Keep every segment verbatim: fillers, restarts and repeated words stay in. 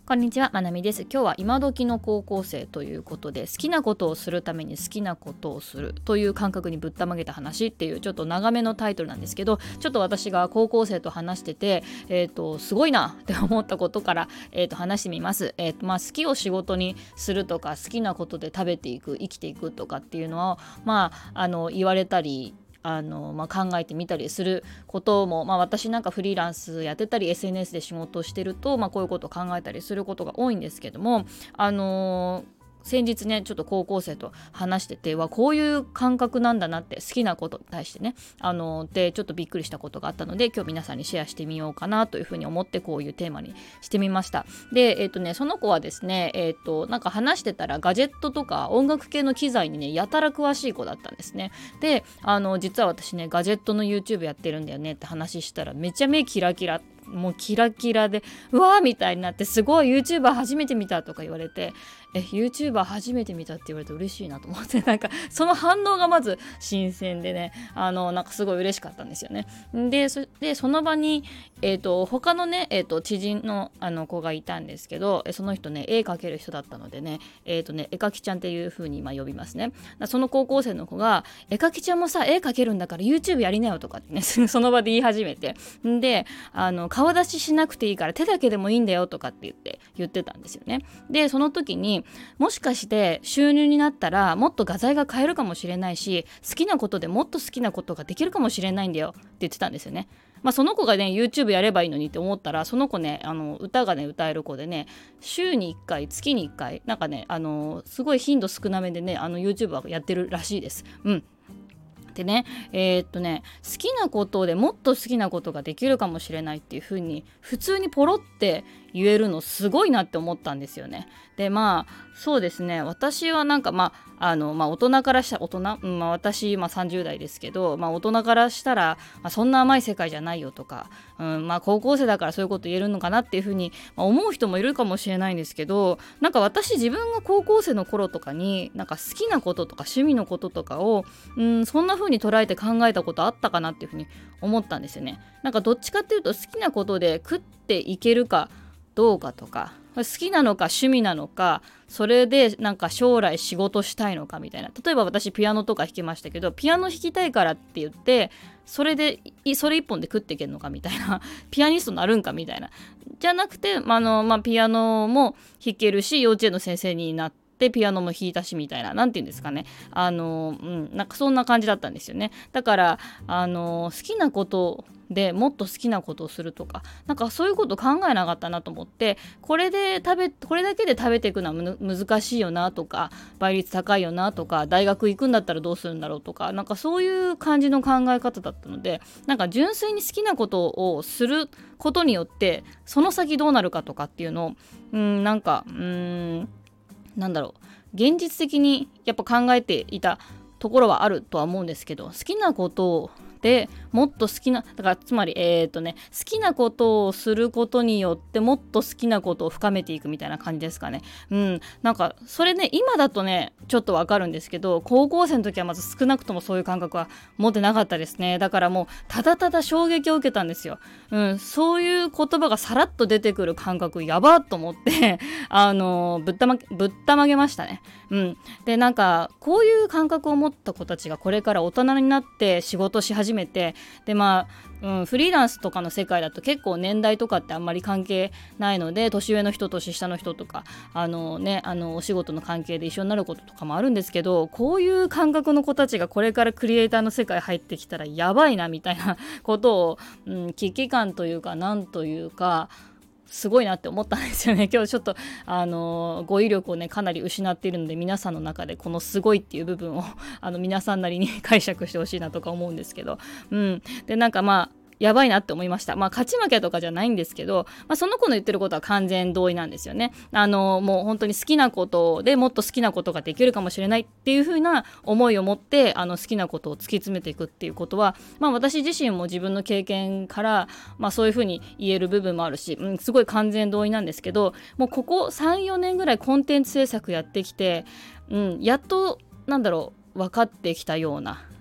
こんにちは、まなみです。今日は今時の高校生ということで、好きなことをするために好きなことをするという感覚にぶったまげた話っていうちょっと長めのタイトルなんですけど、ちょっと私が高校生と話してて、えーと、すごいなって思ったことから、えーと、話してみます。えーとまあ、好きを仕事にするとか、好きなことで食べていく、生きていくとかっていうのは、まあ、あの言われたりあのまあ、考えてみたりすることも、まあ、私なんかフリーランスやってたり エスエヌエス で仕事をしてると、まあ、こういうことを考えたりすることが多いんですけども、あのー先日ねちょっと高校生と話しててはこういう感覚なんだなって、好きなことに対してねあのーでちょっとびっくりしたことがあったので、今日皆さんにシェアしてみようかなというふうに思って、こういうテーマにしてみました。でえっ、ー、とねその子はですねえっ、ー、となんか話してたらガジェットとか音楽系の機材にねやたら詳しい子だったんですね。であの実は私ねガジェットの YouTube やってるんだよねって話したら、めっちゃ目キラキラもうキラキラでうわーみたいになって、すごい YouTuber 初めて見たとか言われて、え YouTuber 初めて見たって言われて嬉しいなと思って、なんかその反応がまず新鮮でね、あのなんかすごい嬉しかったんですよね。で そ, でその場に、えー、と他のね、えー、と知人の、あの子がいたんですけど、その人ね絵描ける人だったのでね、えー、とね絵描きちゃんっていう風に今呼びますね。その高校生の子が絵描きちゃんもさ絵描けるんだから YouTube やりなよとかってねその場で言い始めて、であの顔出ししなくていいから手だけでもいいんだよとかって言って言ってたんですよね。でその時にもしかして収入になったらもっと画材が買えるかもしれないし、好きなことでもっと好きなことができるかもしれないんだよって言ってたんですよね。まあ、その子がね YouTube やればいいのにって思ったら、その子ねあの歌がね歌える子でね、週にいっかい月にいっかいなんかねあのすごい頻度少なめでねあの YouTube はやってるらしいです。うんでねえー、っとね好きなことでもっと好きなことができるかもしれないっていう風に普通にポロって言えるのすごいなって思ったんですよね。でまあそうですね、私はなんかまああのまあ大人からした大人、うんまあ、私、まあ、さんじゅう代ですけど、まあ、大人からしたら、まあ、そんな甘い世界じゃないよとか、うんまあ、高校生だからそういうこと言えるのかなっていうふうに、まあ、思う人もいるかもしれないんですけど、なんか私自分が高校生の頃とかになんか好きなこととか趣味のこととかを、うん、そんな風に捉えて考えたことあったかなっていうふうに思ったんですよね。なんかどっちかっていうと好きなことで食っていけるかどうかとか、好きなのか趣味なのか、それでなんか将来仕事したいのかみたいな。例えば私ピアノとか弾きましたけど、ピアノ弾きたいからって言ってそれでそれ一本で食っていけるのかみたいなピアニストになるんかみたいなじゃなくて、あの、まあ、ピアノも弾けるし幼稚園の先生になってでピアノも弾いたしみたいな、なんて言うんですかね、あの、うん、なんかそんな感じだったんですよね。だからあの好きなことでもっと好きなことをするとか、なんかそういうこと考えなかったなと思って、これで食べこれだけで食べていくのは難しいよなとか、倍率高いよなとか、大学行くんだったらどうするんだろうとか、なんかそういう感じの考え方だったので、なんか純粋に好きなことをすることによってその先どうなるかとかっていうのを、うん、なんかうーんなんだろう現実的にやっぱ考えていたところはあるとは思うんですけど、好きなことでもっと好きなだからつまりえー、っとね好きなことをすることによってもっと好きなことを深めていくみたいな感じですかね。うんなんかそれね今だとねちょっとわかるんですけど、高校生の時はまず少なくともそういう感覚は持ってなかったですね。だからもうただただ衝撃を受けたんですよ。うんそういう言葉がさらっと出てくる感覚やばっと思ってあのぶったまぶったまげましたね。うんでなんかこういう感覚を持った子たちがこれから大人になって仕事し始めて、でまあ、うん、フリーランスとかの世界だと結構年代とかってあんまり関係ないので、年上の人年下の人とかあのねあのお仕事の関係で一緒になることとかもあるんですけど、こういう感覚の子たちがこれからクリエイターの世界入ってきたらやばいなみたいなことを、うん、危機感というかなんというかすごいなって思ったんですよね。今日ちょっとあの語彙力をねかなり失っているので、皆さんの中でこのすごいっていう部分をあの皆さんなりに解釈してほしいなとか思うんですけど、うんでなんかまあやばいなって思いました。まあ勝ち負けとかじゃないんですけど、まあ、その子の言ってることは完全同意なんですよね。あのもう本当に好きなことでもっと好きなことができるかもしれないっていう風な思いを持ってあの好きなことを突き詰めていくっていうことは、まあ私自身も自分の経験からまあそういう風に言える部分もあるし、うん、すごい完全同意なんですけど、もうここ さん,よ 年ぐらいコンテンツ制作やってきて、うん、やっとなんだろう分かってきたような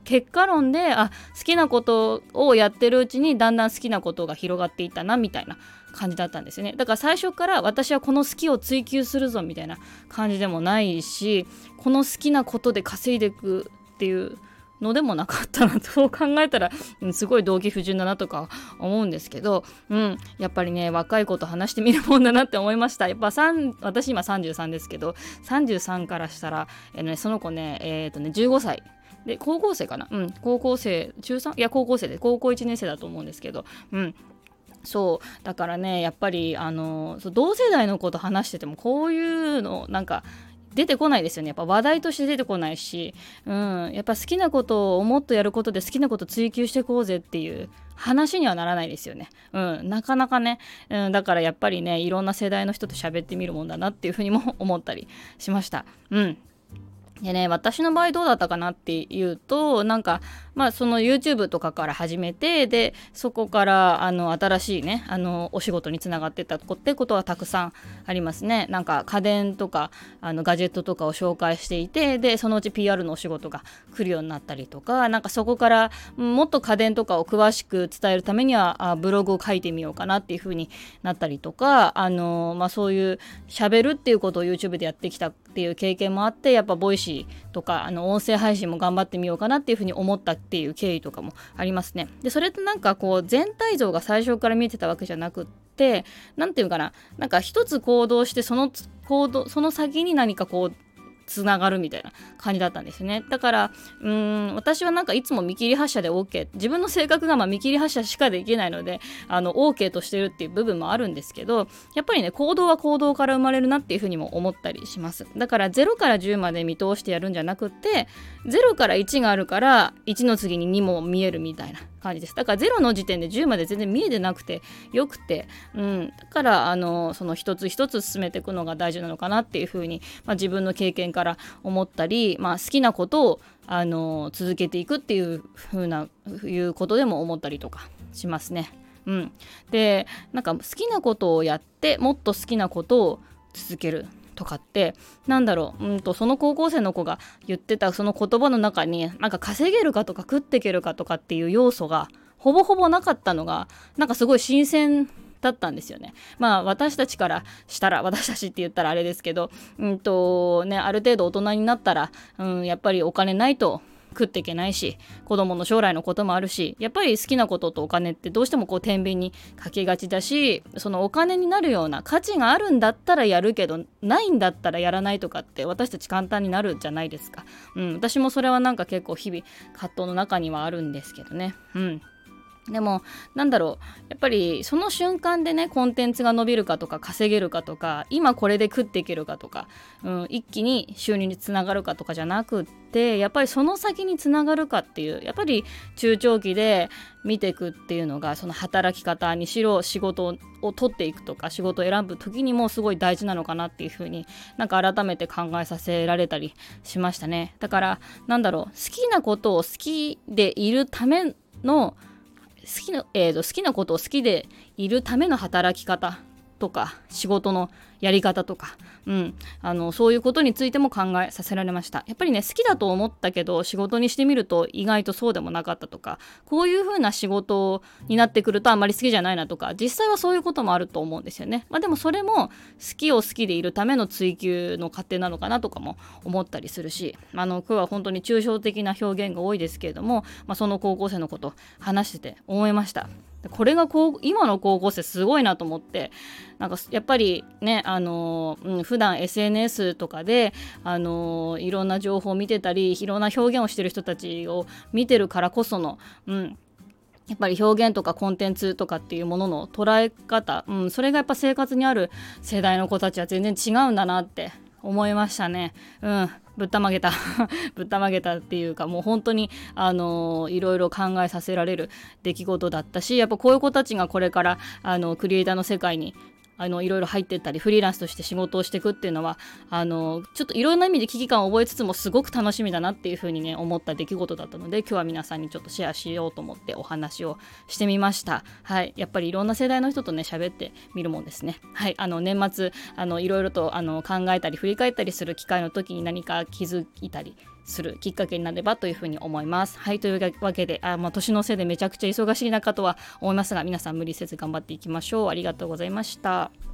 結果論であ好きなことをやってるうちにだんだん好きなことが広がっていったなみたいな感じだったんですよね。だから最初から私はこの好きを追求するぞみたいな感じでもないし、この好きなことで稼いでいくっていうのでもなかったなと、そう考えたら、うん、すごい動機不純だなとか思うんですけど、うん、やっぱりね若い子と話してみるもんだなって思いました。やっぱ私今さんじゅうさんですけど、さんじゅうさんからしたら、えーね、その子ねえーとねじゅうごさいで高校生かな、うん、高校生中さんいや高校生で高校いちねん生だと思うんですけど、うんそうだからねやっぱりあのそう同世代の子と話しててもこういうのなんか出てこないですよね。やっぱ話題として出てこないし、うん、やっぱ好きなことをもっとやることで好きなこと追求していこうぜっていう話にはならないですよね。うん、なかなかね、うん、だからやっぱりねいろんな世代の人と喋ってみるもんだなっていうふうにも思ったりしました。うんでね、私の場合どうだったかなっていうと、なんかまあその YouTube とかから始めて、でそこからあの新しいねあのお仕事につながってったってことはたくさんありますね。なんか家電とかあのガジェットとかを紹介していて、でそのうち ピーアール のお仕事が来るようになったりとか、なんかそこからもっと家電とかを詳しく伝えるためにはあブログを書いてみようかなっていう風になったりとか、あのまあそういう喋るっていうことを YouTube でやってきたっていう経験もあって、やっぱボイシーとかあの音声配信も頑張ってみようかなっていうふうに思ったっていう経緯とかもありますね。でそれってなんかこう全体像が最初から見えてたわけじゃなくって、なんていうかな、なんか一つ行動してその行動その先に何かこうつながるみたいな感じだったんですね。だからうーん私はなんかいつも見切り発車で OK、 自分の性格がまあ見切り発車しかできないのであの OK としてるっていう部分もあるんですけど、やっぱりね行動は行動から生まれるなっていうふうにも思ったりします。だからゼロからじゅうまで見通してやるんじゃなくって、ゼロからいちがあるからいちの次ににも見えるみたいな感じです。だからゼロの時点でじゅうまで全然見えてなくてよくて、うん、だからあのその一つ一つ進めていくのが大事なのかなっていうふうに、まあ、自分の経験から思ったり、まあ、好きなことをあの続けていくっていうふうないうことでも思ったりとかしますね。うん、でなんか好きなことをやってもっと好きなことを続けるとかってなんだろう、うんとその高校生の子が言ってたその言葉の中になんか稼げるかとか食っていけるかとかっていう要素がほぼほぼなかったのがなんかすごい新鮮だったんですよね。まあ私たちからしたら、私たちって言ったらあれですけど、うんとね、ある程度大人になったら、うん、やっぱりお金ないと食っていけないし、子供の将来のこともあるし、やっぱり好きなこととお金ってどうしてもこう天秤にかけがちだし、そのお金になるような価値があるんだったらやるけどないんだったらやらないとかって私たち簡単になるじゃないですか。うん、私もそれはなんか結構日々葛藤の中にはあるんですけどね。うんでもなんだろうやっぱりその瞬間でねコンテンツが伸びるかとか稼げるかとか今これで食っていけるかとか、うん、一気に収入につながるかとかじゃなくってやっぱりその先につながるかっていうやっぱり中長期で見ていくっていうのがその働き方にしろ仕事を取っていくとか仕事を選ぶ時にもすごい大事なのかなっていうふうになんか改めて考えさせられたりしましたね。だからなんだろう好きなことを好きでいるための好きな、えーと、好きなことを好きでいるための働き方とか仕事のやり方とか、うん、あのそういうことについても考えさせられました。やっぱりね好きだと思ったけど仕事にしてみると意外とそうでもなかったとかこういう風な仕事になってくるとあんまり好きじゃないなとか実際はそういうこともあると思うんですよね。まあ、でもそれも好きを好きでいるための追求の過程なのかなとかも思ったりするし、あの今日は本当に抽象的な表現が多いですけれども、まあ、その高校生のこと話してて思いました。これがこう今の高校生すごいなと思って、なんかやっぱりねあの、うん、普段 エスエヌエス とかであのいろんな情報を見てたりいろんな表現をしてる人たちを見てるからこその、うん、やっぱり表現とかコンテンツとかっていうものの捉え方、うん、それがやっぱ生活にある世代の子たちは全然違うんだなって思いましたね。うんぶったまげたぶったまげたっていうかもう本当にあのいろいろ考えさせられる出来事だったし、やっぱこういう子たちがこれからあのクリエイターの世界にあのいろいろ入ってったりフリーランスとして仕事をしていくっていうのはあのちょっといろんな意味で危機感を覚えつつもすごく楽しみだなっていうふうにね思った出来事だったので今日は皆さんにちょっとシェアしようと思ってお話をしてみました。はい、やっぱりいろんな世代の人とね喋ってみるもんですね。はい、あの年末あのいろいろとあの考えたり振り返ったりする機会の時に何か気づいたりするきっかけになればというふうに思います。はい、というわけであ、まあ、年のせいでめちゃくちゃ忙しい中とは思いますが、皆さん無理せず頑張っていきましょう。ありがとうございました。